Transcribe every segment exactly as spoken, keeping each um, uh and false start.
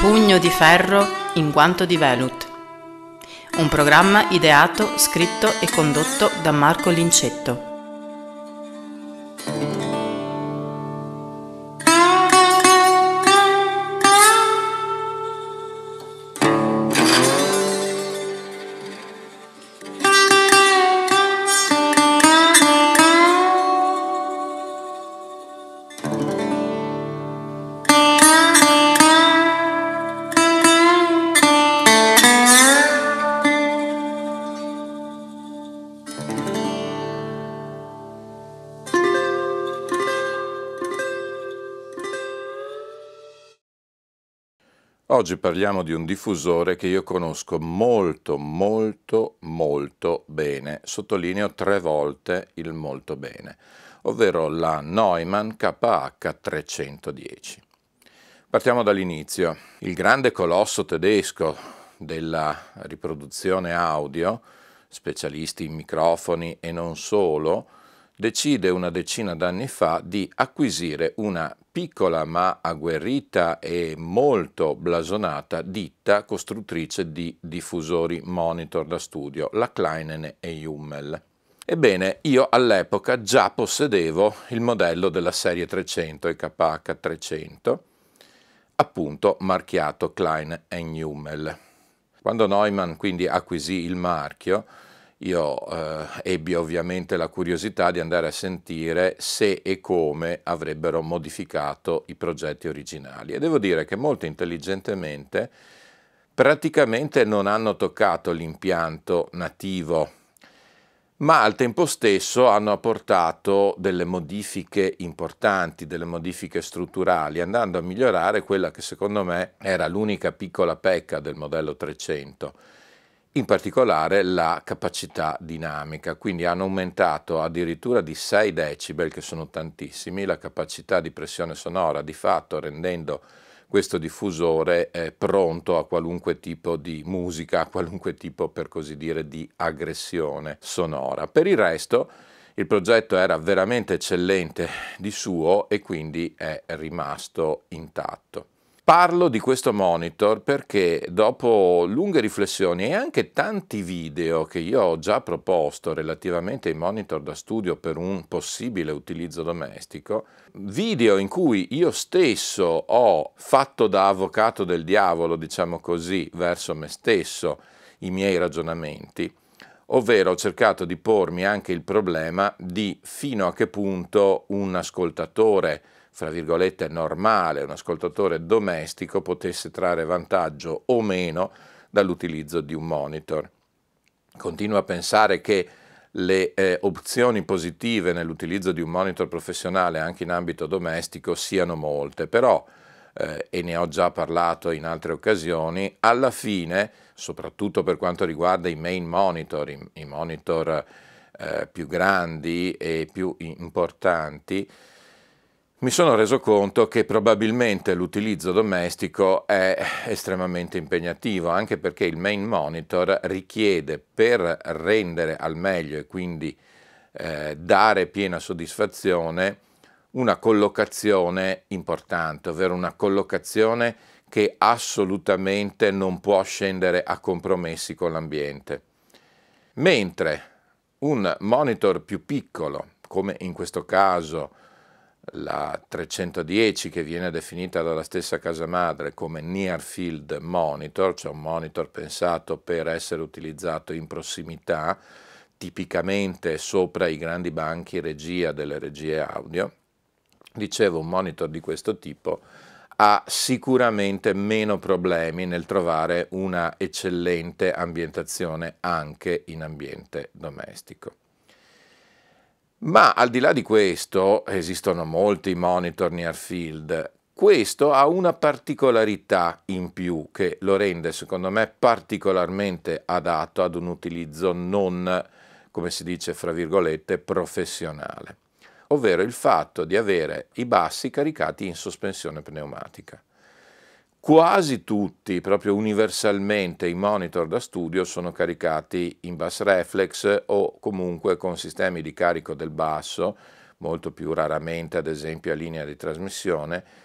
Pugno di ferro in guanto di velut. Un programma ideato, scritto e condotto da Marco Lincetto. Oggi parliamo di un diffusore che io conosco molto, molto, molto bene. Sottolineo tre volte il molto bene, ovvero la Neumann K H trecentodieci. Partiamo dall'inizio. Il grande colosso tedesco della riproduzione audio, specialisti in microfoni e non solo, decide una decina d'anni fa di acquisire una piccola ma agguerrita e molto blasonata ditta costruttrice di diffusori monitor da studio, la Kleinen e Hummel. Ebbene, io all'epoca già possedevo il modello della serie trecento, il K H trecento, appunto marchiato Klein e Hummel. Quando Neumann quindi acquisì il marchio, io eh, ebbi ovviamente la curiosità di andare a sentire se e come avrebbero modificato i progetti originali e devo dire che molto intelligentemente praticamente non hanno toccato l'impianto nativo, ma al tempo stesso hanno apportato delle modifiche importanti, delle modifiche strutturali, andando a migliorare quella che secondo me era l'unica piccola pecca del modello trecento, in particolare la capacità dinamica, quindi hanno aumentato addirittura di sei decibel, che sono tantissimi, la capacità di pressione sonora, di fatto rendendo questo diffusore eh, pronto a qualunque tipo di musica, a qualunque tipo, per così dire, di aggressione sonora. Per il resto il progetto era veramente eccellente di suo e quindi è rimasto intatto. Parlo di questo monitor perché dopo lunghe riflessioni e anche tanti video che io ho già proposto relativamente ai monitor da studio per un possibile utilizzo domestico, video in cui io stesso ho fatto da avvocato del diavolo, diciamo così, verso me stesso i miei ragionamenti, ovvero ho cercato di pormi anche il problema di fino a che punto un ascoltatore fra virgolette normale, un ascoltatore domestico potesse trarre vantaggio o meno dall'utilizzo di un monitor. Continuo a pensare che le eh, opzioni positive nell'utilizzo di un monitor professionale anche in ambito domestico siano molte, però, eh, e ne ho già parlato in altre occasioni, alla fine, soprattutto per quanto riguarda i main monitor, i, i monitor eh, più grandi e più importanti, mi sono reso conto che probabilmente l'utilizzo domestico è estremamente impegnativo, anche perché il main monitor richiede, per rendere al meglio e quindi eh, dare piena soddisfazione, una collocazione importante, ovvero una collocazione che assolutamente non può scendere a compromessi con l'ambiente. Mentre un monitor più piccolo, come in questo caso la trecentodieci, che viene definita dalla stessa casa madre come near field monitor, cioè un monitor pensato per essere utilizzato in prossimità, tipicamente sopra i grandi banchi regia delle regie audio, dicevo, un monitor di questo tipo ha sicuramente meno problemi nel trovare una eccellente ambientazione anche in ambiente domestico. Ma al di là di questo, esistono molti monitor near field. Questo ha una particolarità in più che lo rende, secondo me, particolarmente adatto ad un utilizzo non, come si dice, fra virgolette, professionale, ovvero il fatto di avere i bassi caricati in sospensione pneumatica. Quasi tutti, proprio universalmente, i monitor da studio sono caricati in bass reflex o comunque con sistemi di carico del basso, molto più raramente ad esempio a linea di trasmissione,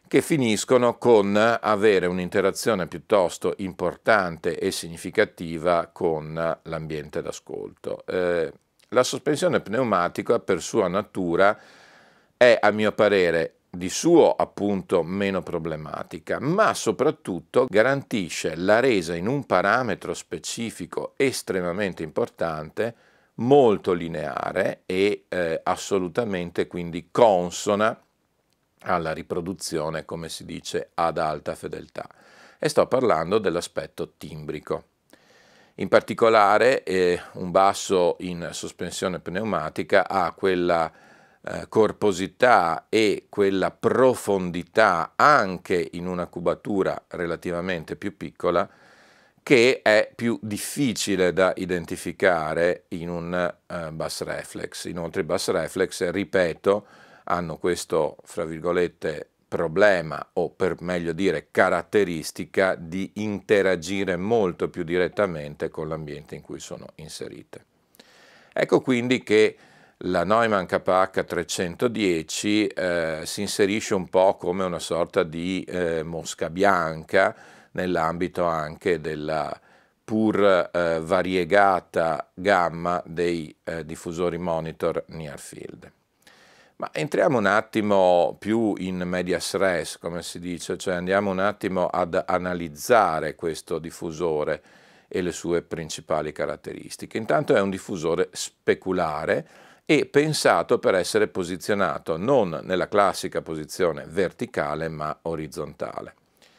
che finiscono con avere un'interazione piuttosto importante e significativa con l'ambiente d'ascolto. Eh, la sospensione pneumatica per sua natura è, a mio parere, di suo appunto meno problematica, ma soprattutto garantisce la resa in un parametro specifico estremamente importante, molto lineare e eh, assolutamente quindi consona alla riproduzione, come si dice, ad alta fedeltà. E sto parlando dell'aspetto timbrico. In particolare eh, un basso in sospensione pneumatica ha quella eh, corposità e quella profondità anche in una cubatura relativamente più piccola che è più difficile da identificare in un eh, bass reflex. Inoltre i bass reflex, ripeto, hanno questo, fra virgolette, problema, o per meglio dire caratteristica, di interagire molto più direttamente con l'ambiente in cui sono inserite. Ecco quindi che la Neumann K H trecentodieci eh, si inserisce un po' come una sorta di eh, mosca bianca nell'ambito anche della pur eh, variegata gamma dei eh, diffusori monitor near field. Ma entriamo un attimo più in medias res, come si dice, cioè andiamo un attimo ad analizzare questo diffusore e le sue principali caratteristiche. Intanto è un diffusore speculare e pensato per essere posizionato non nella classica posizione verticale ma orizzontale.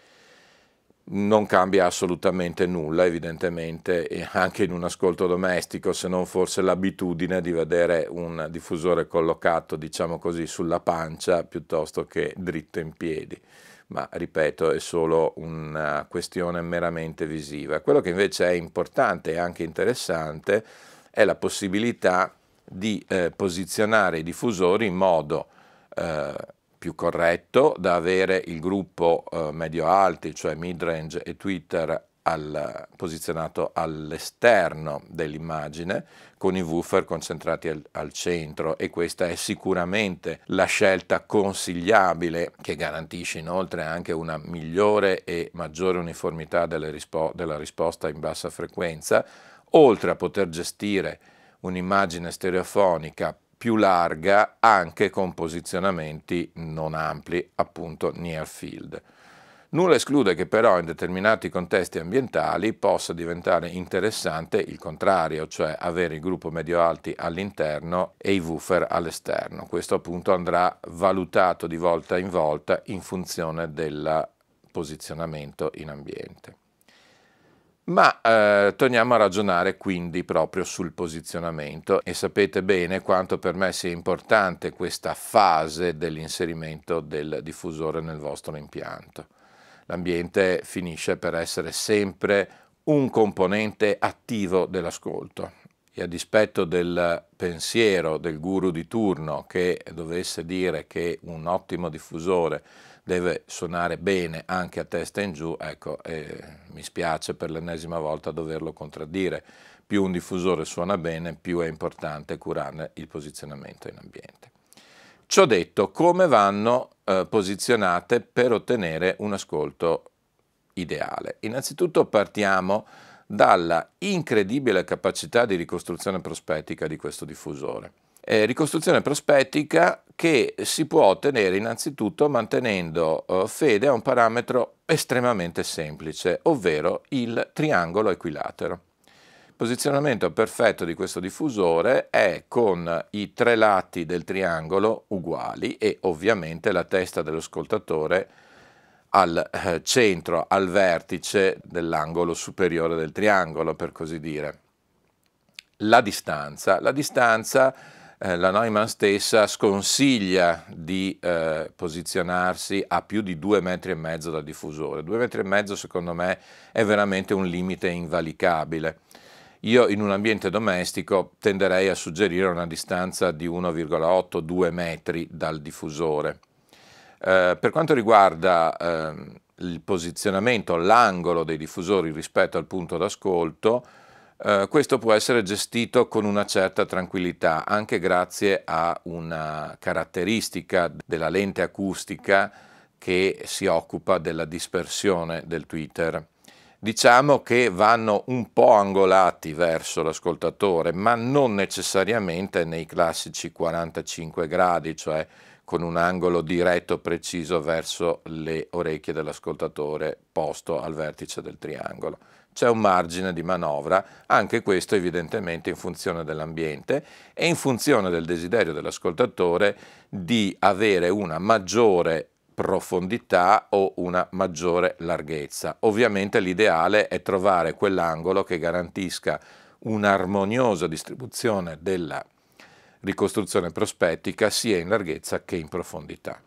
Non cambia assolutamente nulla, evidentemente, e anche in un ascolto domestico, se non forse l'abitudine di vedere un diffusore collocato, diciamo così, sulla pancia piuttosto che dritto in piedi. Ma, ripeto, è solo una questione meramente visiva. Quello che invece è importante e anche interessante è la possibilità di eh, posizionare i diffusori in modo eh, più corretto, da avere il gruppo eh, medio-alti, cioè mid-range e tweeter, al, posizionato all'esterno dell'immagine, con i woofer concentrati al, al centro, e questa è sicuramente la scelta consigliabile, che garantisce inoltre anche una migliore e maggiore uniformità delle rispo- della risposta in bassa frequenza, oltre a poter gestire un'immagine stereofonica più larga anche con posizionamenti non ampli, appunto near field. Nulla esclude che però in determinati contesti ambientali possa diventare interessante il contrario, cioè avere il gruppo medio-alti all'interno e i woofer all'esterno. Questo appunto andrà valutato di volta in volta in funzione del posizionamento in ambiente. Ma eh, torniamo a ragionare quindi proprio sul posizionamento, e sapete bene quanto per me sia importante questa fase dell'inserimento del diffusore nel vostro impianto. L'ambiente finisce per essere sempre un componente attivo dell'ascolto, e a dispetto del pensiero del guru di turno che dovesse dire che un ottimo diffusore deve suonare bene anche a testa in giù, ecco, eh, mi spiace per l'ennesima volta doverlo contraddire. Più un diffusore suona bene, più è importante curare il posizionamento in ambiente. Ciò detto, come vanno eh, posizionate per ottenere un ascolto ideale? Innanzitutto partiamo dalla incredibile capacità di ricostruzione prospettica di questo diffusore. Eh, ricostruzione prospettica che si può ottenere innanzitutto mantenendo eh, fede a un parametro estremamente semplice, ovvero il triangolo equilatero. Il posizionamento perfetto di questo diffusore è con i tre lati del triangolo uguali e ovviamente la testa dell'ascoltatore al eh, centro, al vertice dell'angolo superiore del triangolo, per così dire. La distanza, la distanza eh, la Neumann stessa sconsiglia di eh, posizionarsi a più di due metri e mezzo dal diffusore. Due metri e mezzo secondo me è veramente un limite invalicabile. Io in un ambiente domestico tenderei a suggerire una distanza di uno virgola otto due metri dal diffusore. Eh, per quanto riguarda eh, il posizionamento, l'angolo dei diffusori rispetto al punto d'ascolto, eh, questo può essere gestito con una certa tranquillità, anche grazie a una caratteristica della lente acustica che si occupa della dispersione del tweeter. Diciamo che vanno un po' angolati verso l'ascoltatore, ma non necessariamente nei classici quarantacinque gradi, cioè con un angolo diretto preciso verso le orecchie dell'ascoltatore posto al vertice del triangolo. C'è un margine di manovra, anche questo evidentemente in funzione dell'ambiente e in funzione del desiderio dell'ascoltatore di avere una maggiore profondità o una maggiore larghezza. Ovviamente l'ideale è trovare quell'angolo che garantisca un'armoniosa distribuzione della ricostruzione prospettica sia in larghezza che in profondità.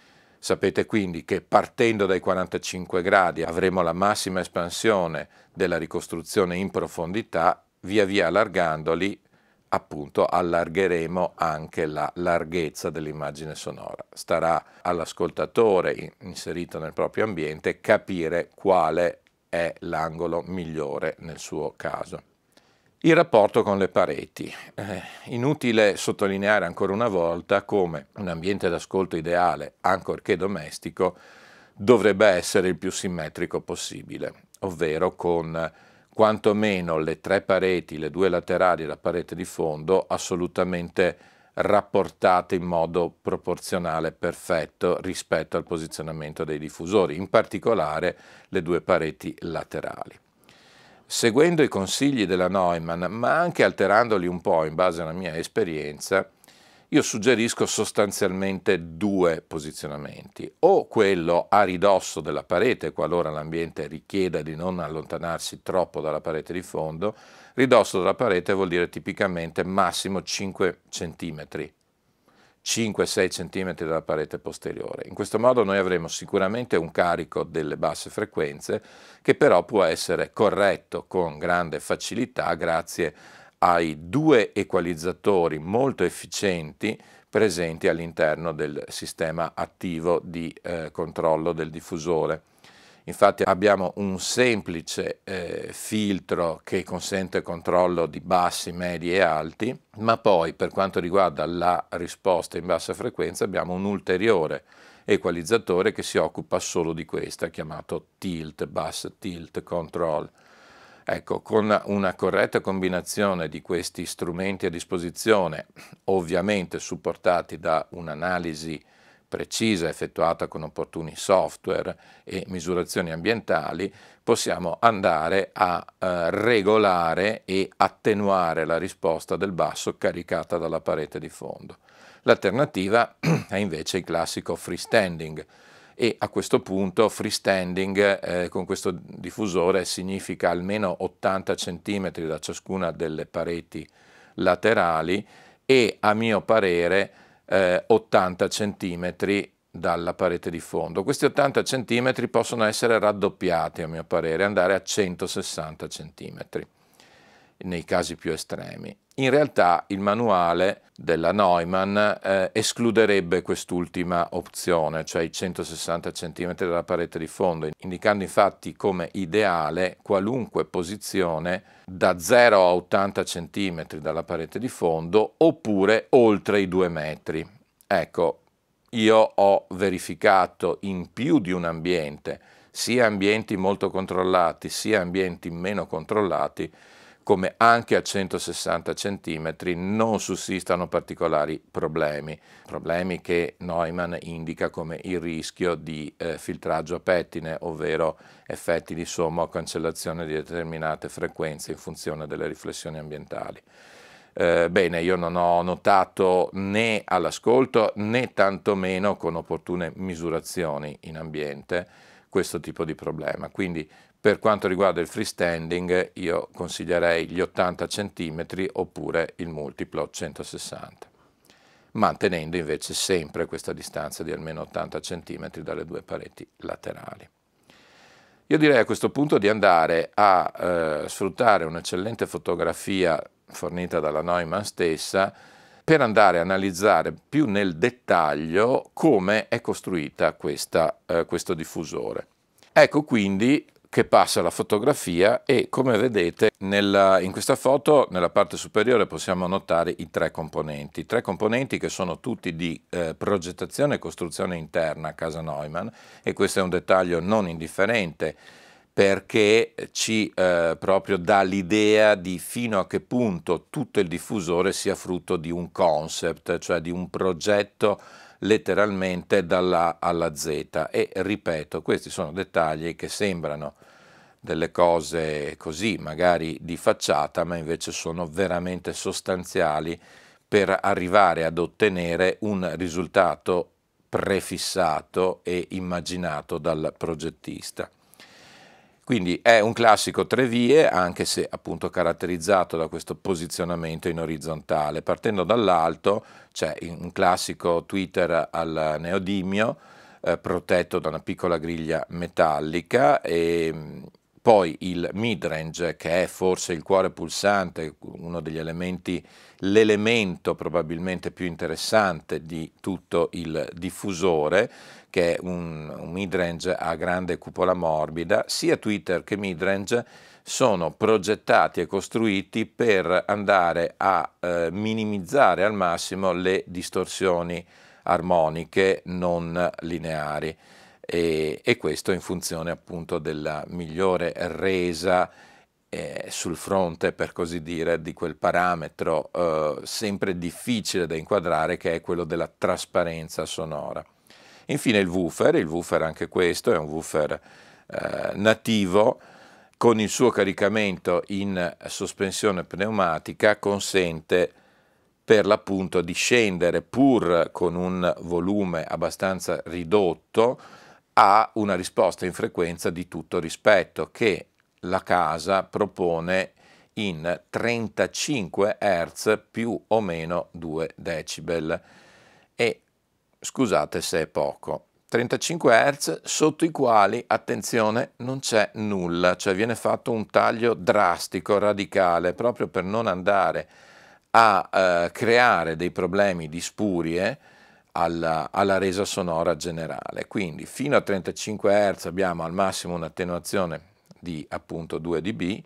Sapete quindi che partendo dai quarantacinque gradi avremo la massima espansione della ricostruzione in profondità, via via allargandoli appunto allargheremo anche la larghezza dell'immagine sonora. Starà all'ascoltatore inserito nel proprio ambiente capire quale è l'angolo migliore nel suo caso. Il rapporto con le pareti. Eh, inutile sottolineare ancora una volta come un ambiente d'ascolto ideale, ancorché domestico, dovrebbe essere il più simmetrico possibile, ovvero con quantomeno le tre pareti, le due laterali e la parete di fondo assolutamente rapportate in modo proporzionale perfetto rispetto al posizionamento dei diffusori, in particolare le due pareti laterali. Seguendo i consigli della Neumann, ma anche alterandoli un po' in base alla mia esperienza, io suggerisco sostanzialmente due posizionamenti, o quello a ridosso della parete, qualora l'ambiente richieda di non allontanarsi troppo dalla parete di fondo. Ridosso della parete vuol dire tipicamente massimo cinque centimetri, cinque sei centimetri dalla parete posteriore. In questo modo noi avremo sicuramente un carico delle basse frequenze che però può essere corretto con grande facilità grazie ai due equalizzatori molto efficienti presenti all'interno del sistema attivo di eh, controllo del diffusore. Infatti abbiamo un semplice eh, filtro che consente controllo di bassi, medi e alti, ma poi per quanto riguarda la risposta in bassa frequenza abbiamo un ulteriore equalizzatore che si occupa solo di questa, chiamato tilt, bass tilt control. Ecco, con una corretta combinazione di questi strumenti a disposizione, ovviamente supportati da un'analisi precisa effettuata con opportuni software e misurazioni ambientali, possiamo andare a eh, regolare e attenuare la risposta del basso caricata dalla parete di fondo. L'alternativa è invece il classico freestanding, e a questo punto freestanding eh, con questo diffusore significa almeno ottanta centimetri da ciascuna delle pareti laterali e a mio parere eh, ottanta centimetri dalla parete di fondo. Questi ottanta centimetri possono essere raddoppiati a mio parere, andare a centosessanta centimetri nei casi più estremi. In realtà il manuale della Neumann eh, escluderebbe quest'ultima opzione, cioè i centosessanta centimetri dalla parete di fondo, indicando infatti come ideale qualunque posizione da zero a ottanta centimetri dalla parete di fondo oppure oltre i due metri. Ecco, io ho verificato in più di un ambiente, sia ambienti molto controllati sia ambienti meno controllati, come anche a centosessanta centimetri non sussistano particolari problemi, problemi che Neumann indica come il rischio di eh, filtraggio a pettine, ovvero effetti di somma o cancellazione di determinate frequenze in funzione delle riflessioni ambientali. Eh, bene, io non ho notato né all'ascolto né tantomeno con opportune misurazioni in ambiente questo tipo di problema, quindi per quanto riguarda il freestanding io consiglierei gli ottanta centimetri oppure il multiplo centosessanta, mantenendo invece sempre questa distanza di almeno ottanta centimetri dalle due pareti laterali. Io direi a questo punto di andare a eh, sfruttare un'eccellente fotografia fornita dalla Neumann stessa per andare a analizzare più nel dettaglio come è costruita questa, eh, questo diffusore. Ecco quindi che passa la fotografia e, come vedete nella, in questa foto nella parte superiore possiamo notare i tre componenti, tre componenti che sono tutti di eh, progettazione e costruzione interna a casa Neumann, e questo è un dettaglio non indifferente perché ci eh, proprio dà l'idea di fino a che punto tutto il diffusore sia frutto di un concept, cioè di un progetto letteralmente dalla A alla Z. E ripeto, questi sono dettagli che sembrano delle cose così magari di facciata, ma invece sono veramente sostanziali per arrivare ad ottenere un risultato prefissato e immaginato dal progettista. Quindi è un classico tre vie, anche se appunto caratterizzato da questo posizionamento in orizzontale. Partendo dall'alto c'è un classico tweeter al neodimio, eh, protetto da una piccola griglia metallica, e poi il midrange, che è forse il cuore pulsante, uno degli elementi, l'elemento probabilmente più interessante di tutto il diffusore, che è un, un midrange a grande cupola morbida. Sia tweeter che midrange sono progettati e costruiti per andare a eh, minimizzare al massimo le distorsioni armoniche non lineari, e, e questo in funzione appunto della migliore resa eh, sul fronte, per così dire, di quel parametro eh, sempre difficile da inquadrare, che è quello della trasparenza sonora. Infine il woofer, il woofer anche questo è un woofer eh, nativo, con il suo caricamento in sospensione pneumatica consente per l'appunto di scendere, pur con un volume abbastanza ridotto, a una risposta in frequenza di tutto rispetto, che la casa propone in trentacinque hertz più o meno due decibel. E scusate se è poco, trentacinque hertz sotto i quali, attenzione, non c'è nulla, cioè viene fatto un taglio drastico, radicale, proprio per non andare a eh, creare dei problemi di spurie alla, alla resa sonora generale. Quindi fino a trentacinque hertz abbiamo al massimo un'attenuazione di appunto due decibel,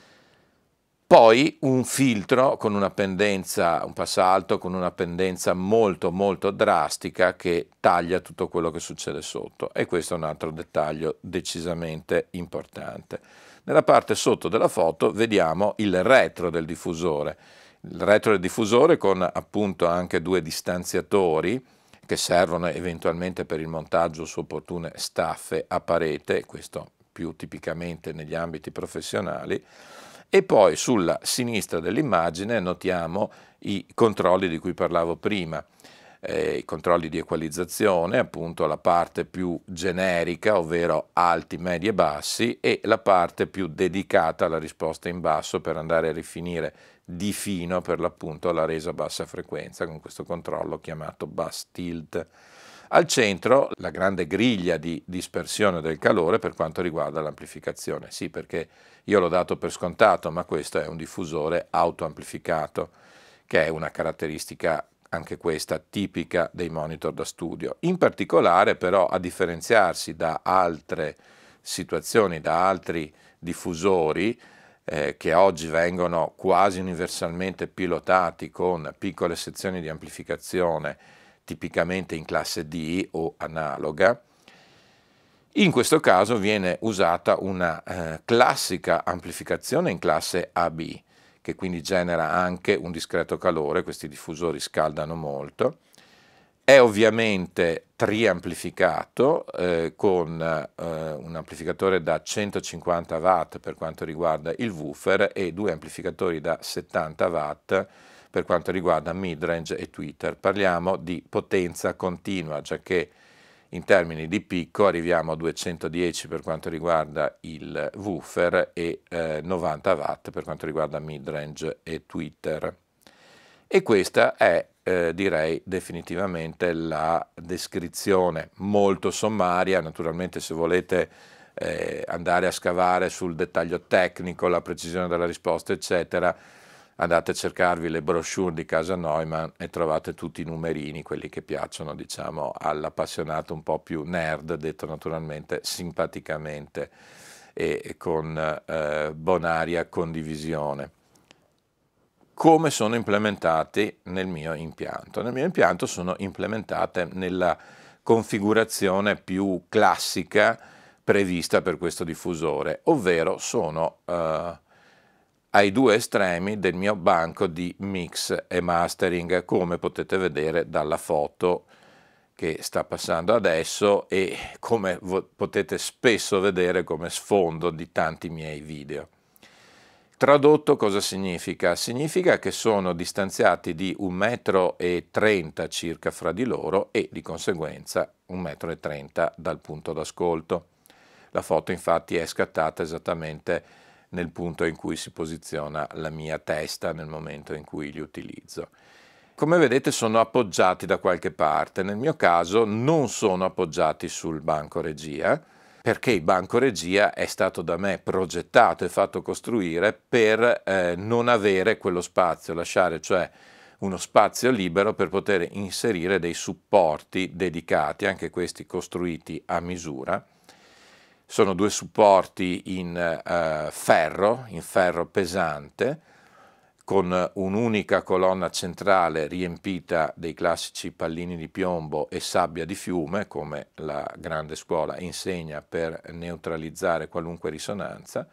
poi un filtro con una pendenza, un passalto con una pendenza molto molto drastica che taglia tutto quello che succede sotto, e questo è un altro dettaglio decisamente importante. Nella parte sotto della foto vediamo il retro del diffusore, il retro del diffusore con appunto anche due distanziatori che servono eventualmente per il montaggio su opportune staffe a parete, questo più tipicamente negli ambiti professionali. E poi sulla sinistra dell'immagine notiamo i controlli di cui parlavo prima, eh, i controlli di equalizzazione, appunto la parte più generica, ovvero alti, medi e bassi, e la parte più dedicata alla risposta in basso per andare a rifinire di fino per l'appunto la resa a bassa frequenza, con questo controllo chiamato bus tilt. Al centro la grande griglia di dispersione del calore per quanto riguarda l'amplificazione. Sì, perché io l'ho dato per scontato, ma questo è un diffusore autoamplificato, che è una caratteristica anche questa tipica dei monitor da studio. In particolare però, a differenziarsi da altre situazioni, da altri diffusori eh, che oggi vengono quasi universalmente pilotati con piccole sezioni di amplificazione tipicamente in classe D o analoga, in questo caso viene usata una eh, classica amplificazione in classe A B, che quindi genera anche un discreto calore, questi diffusori scaldano molto, è ovviamente triamplificato eh, con eh, un amplificatore da centocinquanta watt per quanto riguarda il woofer e due amplificatori da settanta watt per quanto riguarda midrange e tweeter. Parliamo di potenza continua, già che in termini di picco arriviamo a duecentodieci per quanto riguarda il woofer e eh, novanta watt per quanto riguarda midrange e tweeter. E questa è, eh, direi, definitivamente la descrizione molto sommaria. Naturalmente, se volete eh, andare a scavare sul dettaglio tecnico, la precisione della risposta, eccetera, andate a cercarvi le brochure di casa Neumann e trovate tutti i numerini, quelli che piacciono, diciamo, all'appassionato un po' più nerd, detto naturalmente simpaticamente. e con eh, bonaria condivisione. Come sono implementati nel mio impianto? Nel mio impianto sono implementate nella configurazione più classica prevista per questo diffusore, ovvero sono eh, ai due estremi del mio banco di mix e mastering, come potete vedere dalla foto che sta passando adesso e come potete spesso vedere come sfondo di tanti miei video. Tradotto cosa significa? Significa che sono distanziati di un metro e trenta circa fra di loro e di conseguenza un metro e trenta dal punto d'ascolto. La foto infatti è scattata esattamente nel punto in cui si posiziona la mia testa nel momento in cui li utilizzo. Come vedete sono appoggiati da qualche parte, nel mio caso non sono appoggiati sul banco regia, perché il banco regia è stato da me progettato e fatto costruire per eh, non avere quello spazio, lasciare cioè uno spazio libero per poter inserire dei supporti dedicati, anche questi costruiti a misura. Sono due supporti in eh, ferro, in ferro pesante, con un'unica colonna centrale riempita dei classici pallini di piombo e sabbia di fiume, come la grande scuola insegna per neutralizzare qualunque risonanza,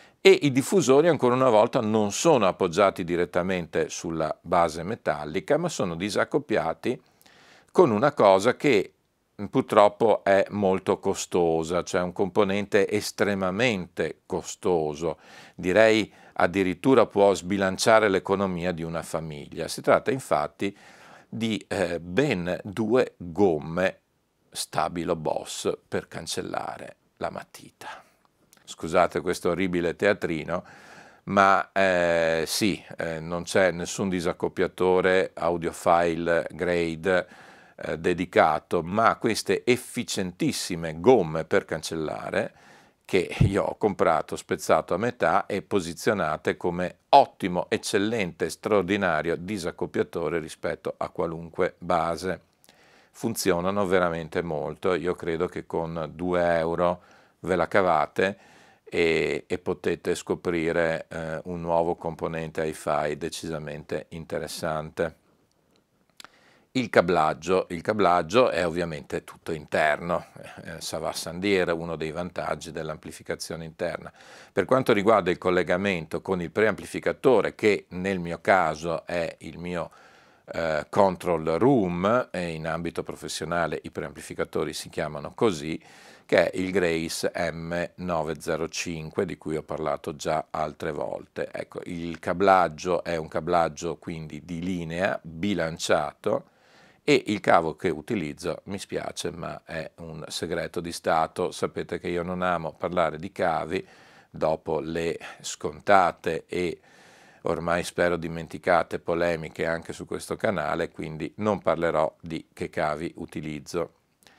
e i diffusori ancora una volta non sono appoggiati direttamente sulla base metallica, ma sono disaccoppiati con una cosa che purtroppo è molto costosa, cioè un componente estremamente costoso, direi addirittura può sbilanciare l'economia di una famiglia. Si tratta infatti di eh, ben due gomme Stabilo Boss per cancellare la matita. Scusate questo orribile teatrino, ma eh, sì, eh, non c'è nessun disaccoppiatore audiophile grade eh, dedicato, ma queste efficientissime gomme per cancellare che io ho comprato, spezzato a metà e posizionate come ottimo, eccellente, straordinario disaccoppiatore rispetto a qualunque base. Funzionano veramente molto, io credo che con due euro ve la cavate e, e potete scoprire eh, un nuovo componente hi-fi decisamente interessante. Il cablaggio, il cablaggio è ovviamente tutto interno, eh, ça va sans dire, uno dei vantaggi dell'amplificazione interna. Per quanto riguarda il collegamento con il preamplificatore, che nel mio caso è il mio eh, control room, e in ambito professionale i preamplificatori si chiamano così, che è il Grace M novecentocinque, di cui ho parlato già altre volte. Ecco, il cablaggio è un cablaggio quindi di linea, bilanciato, e il cavo che utilizzo, mi spiace, ma è un segreto di Stato. Sapete che io non amo parlare di cavi dopo le scontate e ormai spero dimenticate polemiche anche su questo canale, quindi non parlerò di che cavi utilizzo.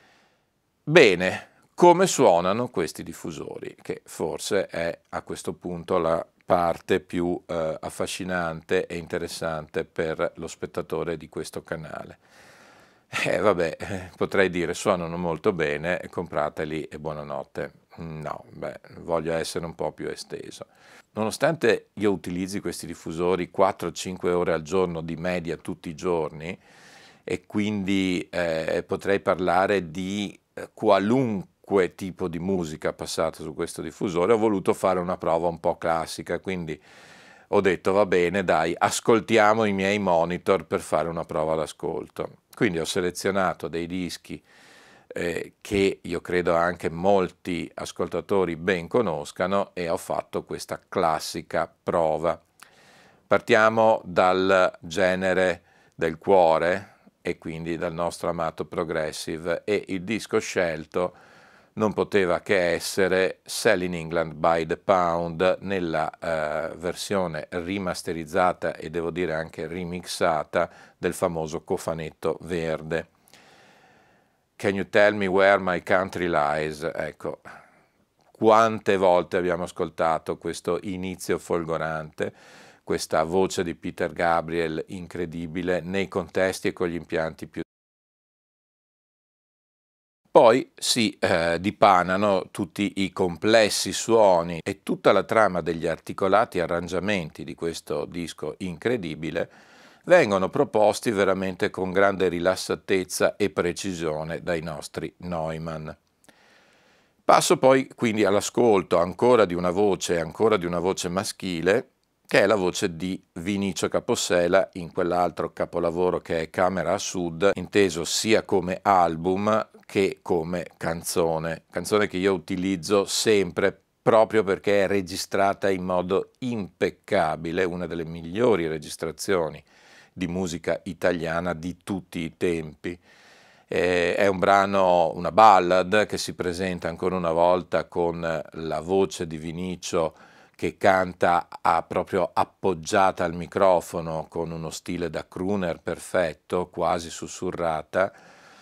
Bene, come suonano questi diffusori? Che forse è a questo punto la parte più eh, affascinante e interessante per lo spettatore di questo canale. Eh, vabbè, potrei dire suonano molto bene, comprateli e buonanotte. No, beh, voglio essere un po' più esteso. Nonostante io utilizzi questi diffusori quattro cinque ore al giorno di media tutti i giorni e quindi eh, potrei parlare di eh, qualunque tipo di musica passata su questo diffusore, ho voluto fare una prova un po' classica, quindi ho detto va bene dai, ascoltiamo i miei monitor per fare una prova d'ascolto. Quindi ho selezionato dei dischi eh, che io credo anche molti ascoltatori ben conoscano e ho fatto questa classica prova. Partiamo dal genere del cuore e quindi dal nostro amato progressive, e il disco scelto non poteva che essere Sell in England by the Pound nella eh, versione rimasterizzata e devo dire anche remixata del famoso cofanetto verde. Can you tell me where my country lies? Ecco, quante volte abbiamo ascoltato questo inizio folgorante, questa voce di Peter Gabriel incredibile nei contesti e con gli impianti più Poi si eh, dipanano tutti i complessi suoni e tutta la trama degli articolati arrangiamenti di questo disco incredibile vengono proposti veramente con grande rilassatezza e precisione dai nostri Neumann. Passo poi quindi all'ascolto ancora di una voce, ancora di una voce maschile, che è la voce di Vinicio Capossela in quell'altro capolavoro che è Camera a Sud, inteso sia come album che come canzone, canzone che io utilizzo sempre proprio perché è registrata in modo impeccabile, una delle migliori registrazioni di musica italiana di tutti i tempi. Eh, è un brano, una ballad che si presenta ancora una volta con la voce di Vinicio che canta a, proprio appoggiata al microfono con uno stile da crooner perfetto, quasi sussurrata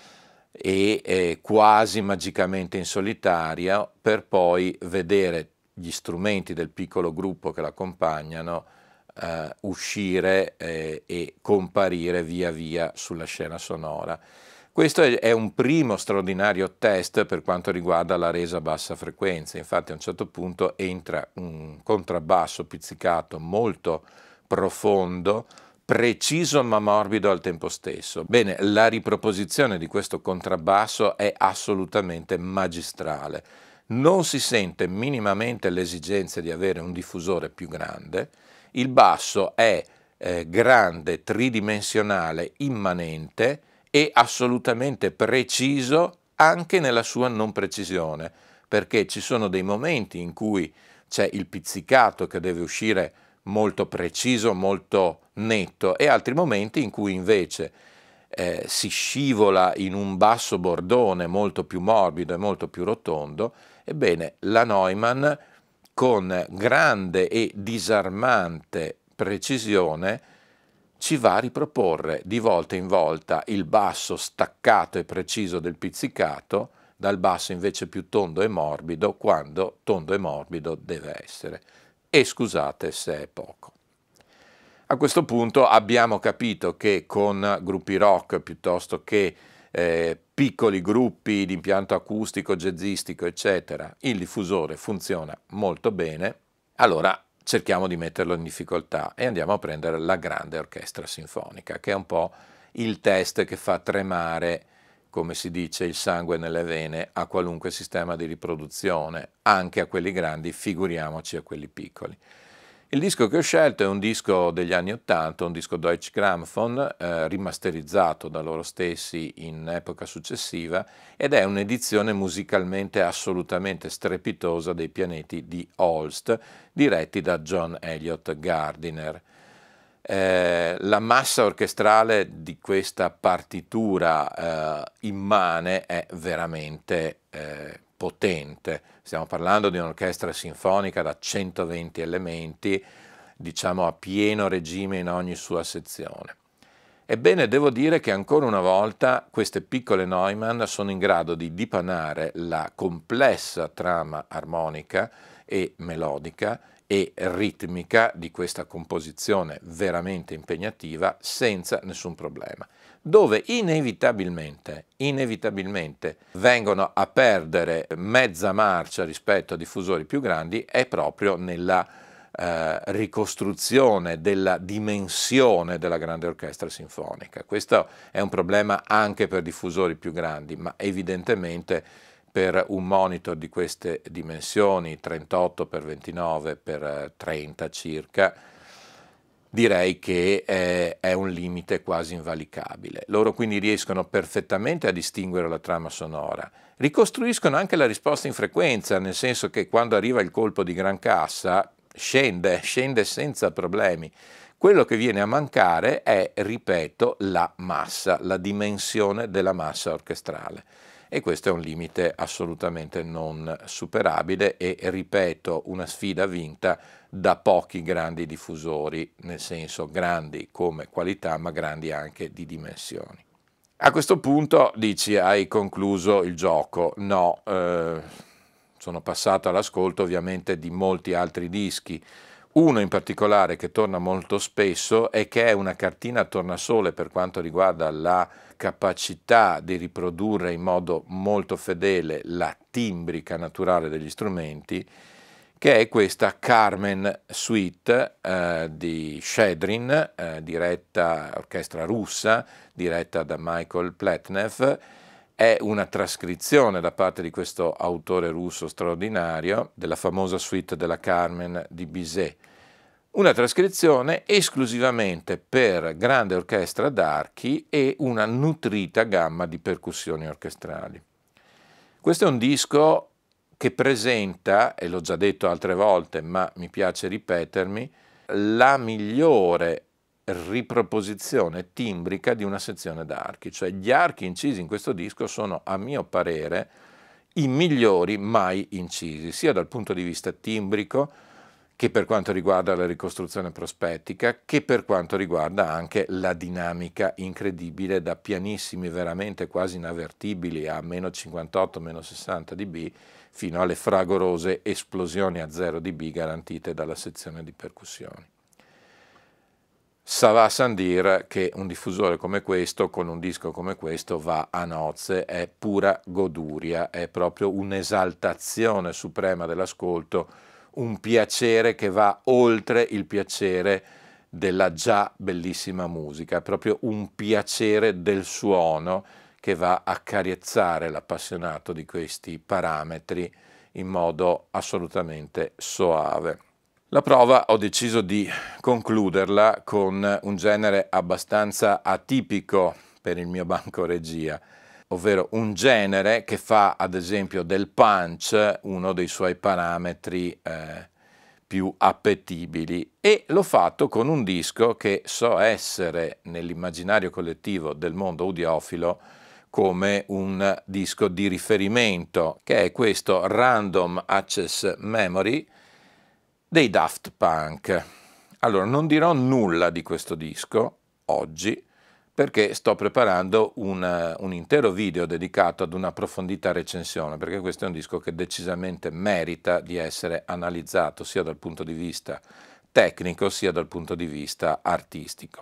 e eh, quasi magicamente in solitaria, per poi vedere gli strumenti del piccolo gruppo che l'accompagnano eh, uscire eh, e comparire via via sulla scena sonora. Questo è un primo straordinario test per quanto riguarda la resa a bassa frequenza, infatti a un certo punto entra un contrabbasso pizzicato molto profondo, preciso ma morbido al tempo stesso. Bene, la riproposizione di questo contrabbasso è assolutamente magistrale, non si sente minimamente l'esigenza di avere un diffusore più grande, il basso è eh, grande, tridimensionale, immanente, e assolutamente preciso anche nella sua non precisione, perché ci sono dei momenti in cui c'è il pizzicato che deve uscire molto preciso, molto netto, e altri momenti in cui invece eh, si scivola in un basso bordone molto più morbido e molto più rotondo. Ebbene, la Neumann con grande e disarmante precisione ci va a riproporre di volta in volta il basso staccato e preciso del pizzicato dal basso invece più tondo e morbido, quando tondo e morbido deve essere. E scusate se è poco. A questo punto abbiamo capito che con gruppi rock piuttosto che eh, piccoli gruppi di impianto acustico, jazzistico, eccetera, il diffusore funziona molto bene. Allora cerchiamo di metterlo in difficoltà e andiamo a prendere la grande orchestra sinfonica, che è un po' il test che fa tremare, come si dice, il sangue nelle vene a qualunque sistema di riproduzione, anche a quelli grandi, figuriamoci a quelli piccoli. Il disco che ho scelto è un disco degli anni ottanta, un disco Deutsche Grammophon, eh, rimasterizzato da loro stessi in epoca successiva, ed è un'edizione musicalmente assolutamente strepitosa dei pianeti di Holst, diretti da John Elliott Gardiner. Eh, la massa orchestrale di questa partitura eh, immane è veramente eh, potente. Stiamo parlando di un'orchestra sinfonica da centoventi elementi, diciamo a pieno regime in ogni sua sezione. Ebbene, devo dire che ancora una volta queste piccole Neumann sono in grado di dipanare la complessa trama armonica e melodica e ritmica di questa composizione veramente impegnativa senza nessun problema. Dove inevitabilmente, inevitabilmente vengono a perdere mezza marcia rispetto a diffusori più grandi è proprio nella eh, ricostruzione della dimensione della grande orchestra sinfonica. Questo è un problema anche per diffusori più grandi, ma evidentemente per un monitor di queste dimensioni, trentotto per ventinove per trenta circa, direi che è, è un limite quasi invalicabile. Loro quindi riescono perfettamente a distinguere la trama sonora, ricostruiscono anche la risposta in frequenza, nel senso che quando arriva il colpo di gran cassa scende, scende senza problemi. Quello che viene a mancare è, ripeto, la massa, la dimensione della massa orchestrale. E questo è un limite assolutamente non superabile e, ripeto, una sfida vinta da pochi grandi diffusori, nel senso grandi come qualità, ma grandi anche di dimensioni. A questo punto dici, hai concluso il gioco? No, eh, sono passato all'ascolto ovviamente di molti altri dischi. Uno in particolare che torna molto spesso e che è una cartina a tornasole per quanto riguarda la capacità di riprodurre in modo molto fedele la timbrica naturale degli strumenti, che è questa Carmen Suite eh, di Shchedrin, eh, diretta, orchestra russa, diretta da Michael Pletnev. È una trascrizione da parte di questo autore russo straordinario della famosa suite della Carmen di Bizet. Una trascrizione esclusivamente per grande orchestra d'archi e una nutrita gamma di percussioni orchestrali. Questo è un disco che presenta, e l'ho già detto altre volte, ma mi piace ripetermi, la migliore riproposizione timbrica di una sezione d'archi, cioè gli archi incisi in questo disco sono, a mio parere, i migliori mai incisi, sia dal punto di vista timbrico, che per quanto riguarda la ricostruzione prospettica, che per quanto riguarda anche la dinamica incredibile da pianissimi veramente quasi inavvertibili a meno cinquantotto, meno sessanta dB, fino alle fragorose esplosioni a zero dB garantite dalla sezione di percussioni. Ça va sans dire che un diffusore come questo, con un disco come questo, va a nozze, è pura goduria, è proprio un'esaltazione suprema dell'ascolto, un piacere che va oltre il piacere della già bellissima musica, è proprio un piacere del suono che va a carezzare l'appassionato di questi parametri in modo assolutamente soave. La prova ho deciso di concluderla con un genere abbastanza atipico per il mio banco regia, ovvero un genere che fa ad esempio del punch uno dei suoi parametri eh, più appetibili, e l'ho fatto con un disco che so essere nell'immaginario collettivo del mondo audiofilo come un disco di riferimento, che è questo Random Access Memory dei Daft Punk. Allora, non dirò nulla di questo disco oggi, perché sto preparando un, un intero video dedicato ad un'approfondita recensione, perché questo è un disco che decisamente merita di essere analizzato sia dal punto di vista tecnico sia dal punto di vista artistico.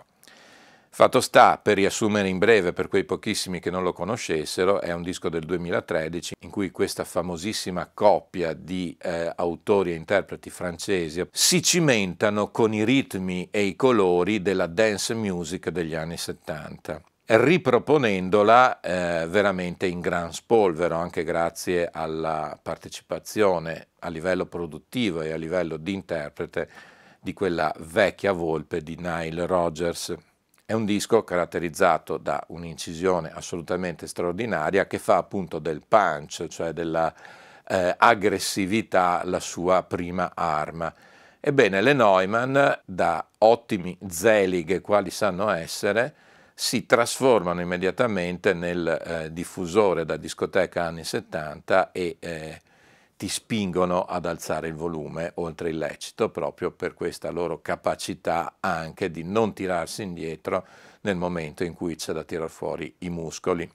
Fatto sta, per riassumere in breve per quei pochissimi che non lo conoscessero, è un disco del duemilatredici in cui questa famosissima coppia di eh, autori e interpreti francesi si cimentano con i ritmi e i colori della dance music degli anni settanta, riproponendola eh, veramente in gran spolvero, anche grazie alla partecipazione a livello produttivo e a livello di interprete di quella vecchia volpe di Nile Rodgers. È un disco caratterizzato da un'incisione assolutamente straordinaria che fa appunto del punch, cioè della eh, aggressività, la sua prima arma. Ebbene, le Neumann, da ottimi zelig quali sanno essere, si trasformano immediatamente nel eh, diffusore da discoteca anni settanta e eh, ti spingono ad alzare il volume oltre il lecito, proprio per questa loro capacità anche di non tirarsi indietro nel momento in cui c'è da tirar fuori i muscoli.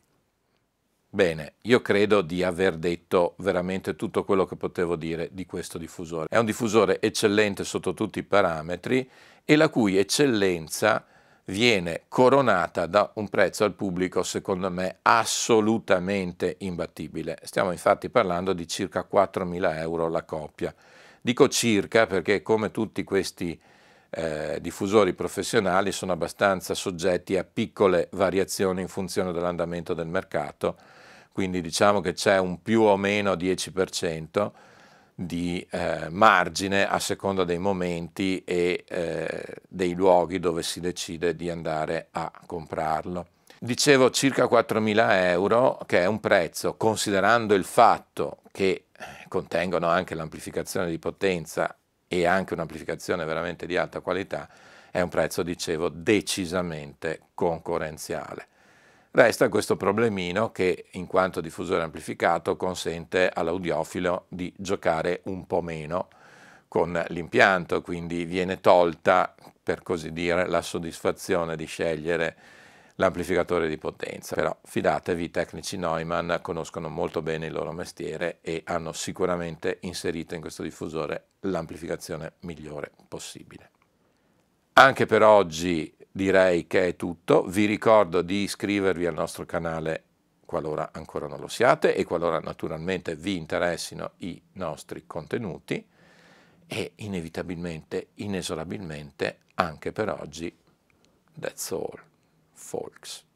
Bene, io credo di aver detto veramente tutto quello che potevo dire di questo diffusore. È un diffusore eccellente sotto tutti i parametri e la cui eccellenza viene coronata da un prezzo al pubblico secondo me assolutamente imbattibile. Stiamo infatti parlando di circa quattromila euro la coppia. Dico circa perché, come tutti questi eh, diffusori professionali, sono abbastanza soggetti a piccole variazioni in funzione dell'andamento del mercato, quindi diciamo che c'è un più o meno dieci per cento di eh, margine a seconda dei momenti e eh, dei luoghi dove si decide di andare a comprarlo. Dicevo circa quattromila euro, che è un prezzo, considerando il fatto che contengono anche l'amplificazione di potenza e anche un'amplificazione veramente di alta qualità, è un prezzo, dicevo, decisamente concorrenziale. Resta questo problemino che, in quanto diffusore amplificato, consente all'audiofilo di giocare un po' meno con l'impianto, quindi viene tolta, per così dire, la soddisfazione di scegliere l'amplificatore di potenza. Però fidatevi, i tecnici Neumann conoscono molto bene il loro mestiere e hanno sicuramente inserito in questo diffusore l'amplificazione migliore possibile. Anche per oggi direi che è tutto. Vi ricordo di iscrivervi al nostro canale qualora ancora non lo siate e qualora naturalmente vi interessino i nostri contenuti, e inevitabilmente, inesorabilmente, anche per oggi, that's all, folks.